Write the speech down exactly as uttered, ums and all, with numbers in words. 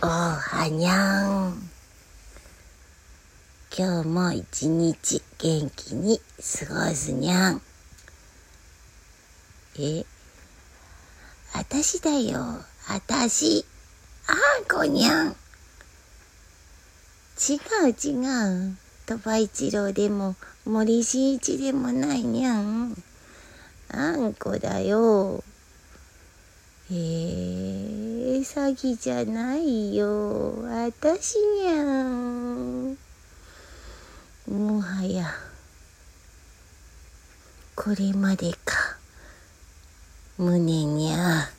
おはにゃん。今日も一日元気に過ごすにゃん。え、あたしだよ、あたし。あんこにゃん。違う違う。鳥羽一郎でも森進一でもないにゃん。あんこだよ。えー、詐欺じゃないよ。あたしにゃん。もはやこれまでか。胸にゃ。